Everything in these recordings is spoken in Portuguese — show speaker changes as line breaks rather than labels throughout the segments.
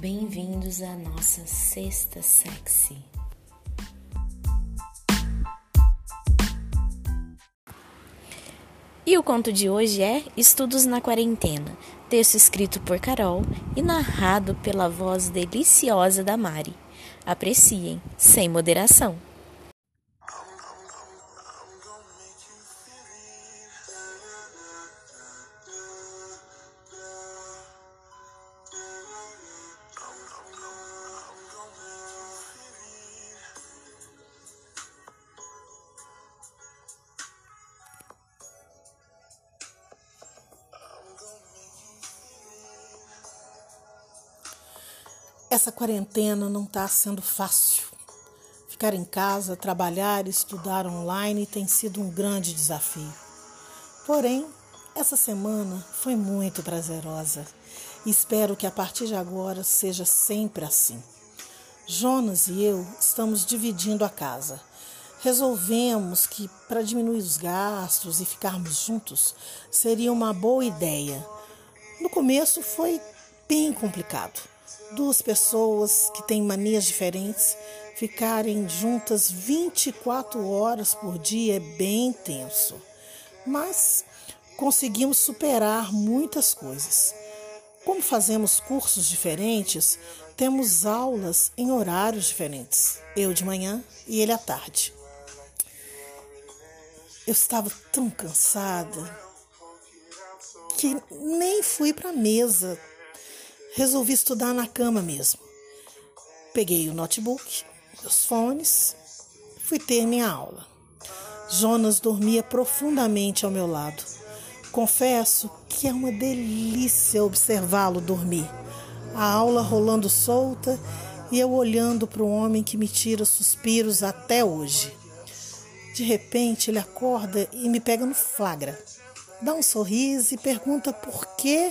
Bem-vindos à nossa sexta sexy. E o conto de hoje é Estudos na Quarentena, texto escrito por Carol e narrado pela voz deliciosa da Mari. Apreciem, sem moderação.
Essa quarentena não está sendo fácil. Ficar em casa, trabalhar e estudar online tem sido um grande desafio. Porém, essa semana foi muito prazerosa e espero que a partir de agora seja sempre assim. Jonas e eu estamos dividindo a casa. Resolvemos que, para diminuir os gastos e ficarmos juntos, seria uma boa ideia. No começo foi bem complicado. Duas pessoas que têm manias diferentes ficarem juntas 24 horas por dia é bem tenso. Mas conseguimos superar muitas coisas. Como fazemos cursos diferentes, temos aulas em horários diferentes. Eu de manhã e ele à tarde. Eu estava tão cansada que nem fui para a mesa. Resolvi estudar na cama mesmo. Peguei o notebook, os fones, fui ter minha aula. Jonas dormia profundamente ao meu lado. Confesso que é uma delícia observá-lo dormir. A aula rolando solta e eu olhando para o homem que me tira suspiros até hoje. De repente ele acorda e me pega no flagra. Dá um sorriso e pergunta por que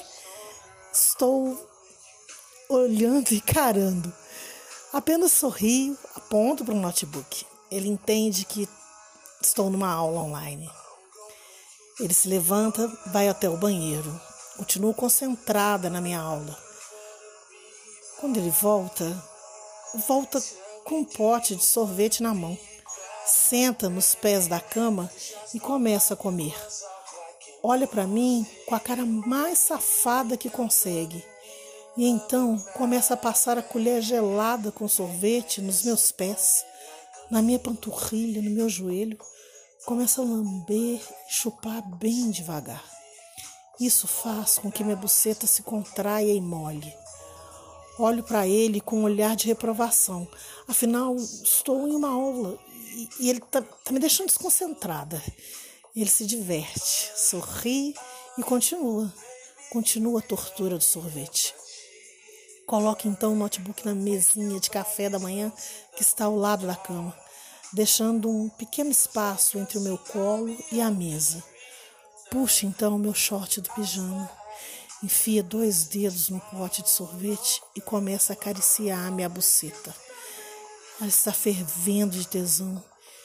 estou olhando e encarando. Apenas sorrio, aponto para o notebook. Ele entende que estou numa aula online. Ele se levanta, vai até o banheiro. Continuo concentrada na minha aula. Quando ele volta com um pote de sorvete na mão. Senta nos pés da cama e começa a comer. Olha para mim com a cara mais safada que consegue. E então começa a passar a colher gelada com sorvete nos meus pés, na minha panturrilha, no meu joelho. Começa a lamber e chupar bem devagar. Isso faz com que minha buceta se contraia e molhe. Olho para ele com um olhar de reprovação. Afinal, estou em uma aula e ele tá me deixando desconcentrada. Ele se diverte, sorri e continua a tortura do sorvete. Coloque então o notebook na mesinha de café da manhã que está ao lado da cama, deixando um pequeno espaço entre o meu colo e a mesa. Puxa então o meu short do pijama, enfia 2 dedos no pote de sorvete e começa a acariciar minha buceta. Ela está fervendo de tesão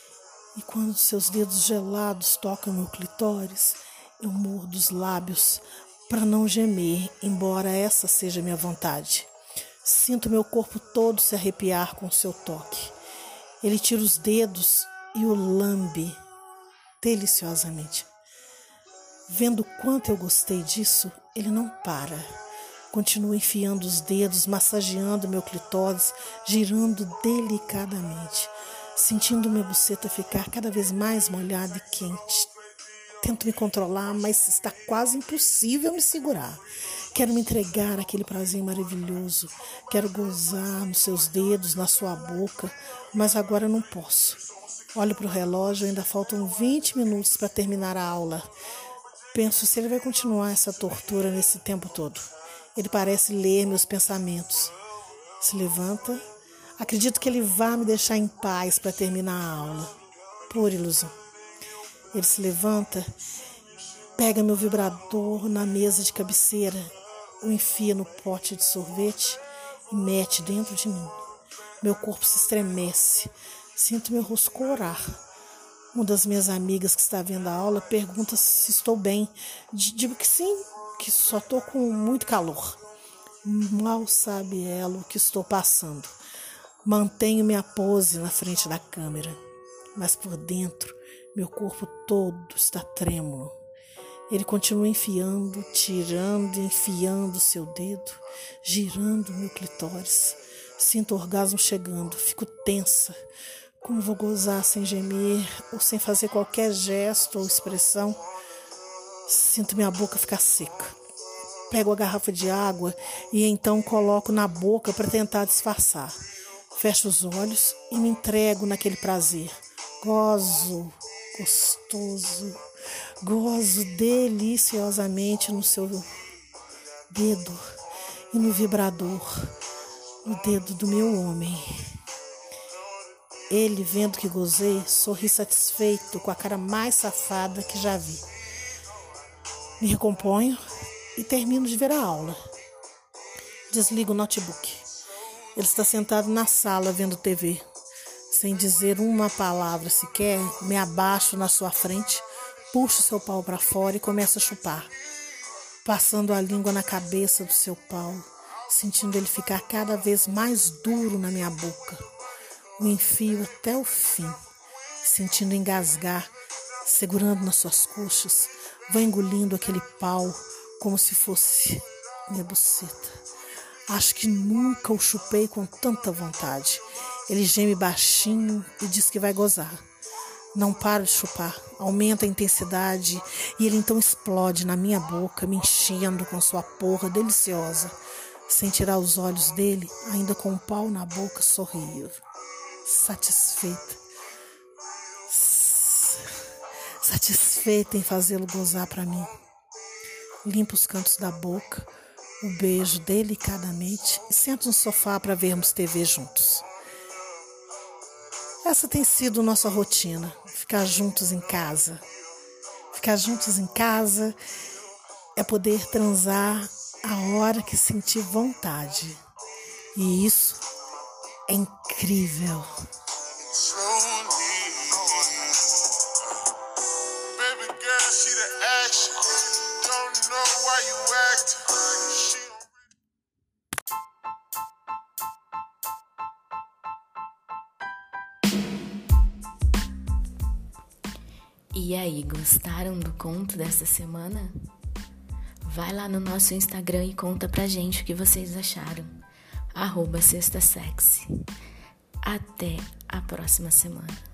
e quando seus dedos gelados tocam meu clitóris, eu mordo os lábios para não gemer, embora essa seja minha vontade. Sinto meu corpo todo se arrepiar com seu toque. Ele tira os dedos e o lambe deliciosamente. Vendo quanto eu gostei disso, ele não para. Continua enfiando os dedos, massageando meu clitóris, girando delicadamente, sentindo minha buceta ficar cada vez mais molhada e quente. Tento me controlar, mas está quase impossível me segurar. Quero me entregar àquele prazer maravilhoso. Quero gozar nos seus dedos, na sua boca, mas agora não posso. Olho para o relógio, ainda faltam 20 minutos para terminar a aula. Penso se ele vai continuar essa tortura nesse tempo todo. Ele parece ler meus pensamentos. Se levanta. Acredito que ele vá me deixar em paz para terminar a aula. Pura ilusão. Ele se levanta, pega meu vibrador na mesa de cabeceira, o enfia no pote de sorvete e mete dentro de mim. Meu corpo se estremece, sinto meu rosto corar. Uma das minhas amigas que está vendo a aula pergunta se estou bem. Digo que sim, que só estou com muito calor. Mal sabe ela o que estou passando. Mantenho minha pose na frente da câmera, mas por dentro meu corpo todo está trêmulo. Ele continua enfiando, tirando e enfiando seu dedo, girando meu clitóris. Sinto o orgasmo chegando, fico tensa. Como vou gozar sem gemer ou sem fazer qualquer gesto ou expressão? Sinto minha boca ficar seca. Pego a garrafa de água e então coloco na boca para tentar disfarçar. Fecho os olhos e me entrego naquele prazer. Gozo, gostoso, gozo deliciosamente no seu dedo e no vibrador, no dedo do meu homem. Ele, vendo que gozei, sorri satisfeito com a cara mais safada que já vi. Me recomponho e termino de ver a aula. Desligo o notebook. Ele está sentado na sala vendo TV. Sem dizer uma palavra sequer, me abaixo na sua frente, puxo seu pau para fora e começo a chupar, passando a língua na cabeça do seu pau, sentindo ele ficar cada vez mais duro na minha boca. O enfio até o fim, sentindo engasgar, segurando nas suas coxas, vou engolindo aquele pau como se fosse minha buceta. Acho que nunca o chupei com tanta vontade. Ele geme baixinho e diz que vai gozar. Não paro de chupar, aumenta a intensidade e ele então explode na minha boca, me enchendo com sua porra deliciosa. Sem tirar os olhos dele, ainda com o pau na boca, sorrio. Satisfeita em fazê-lo gozar para mim. Limpo os cantos da boca, o beijo delicadamente e sento no sofá para vermos TV juntos. Essa tem sido nossa rotina, ficar juntos em casa. Ficar juntos em casa é poder transar a hora que sentir vontade. E isso é incrível.
E aí, gostaram do conto dessa semana? Vai lá no nosso Instagram e conta pra gente o que vocês acharam. @sextasexy. Até a próxima semana.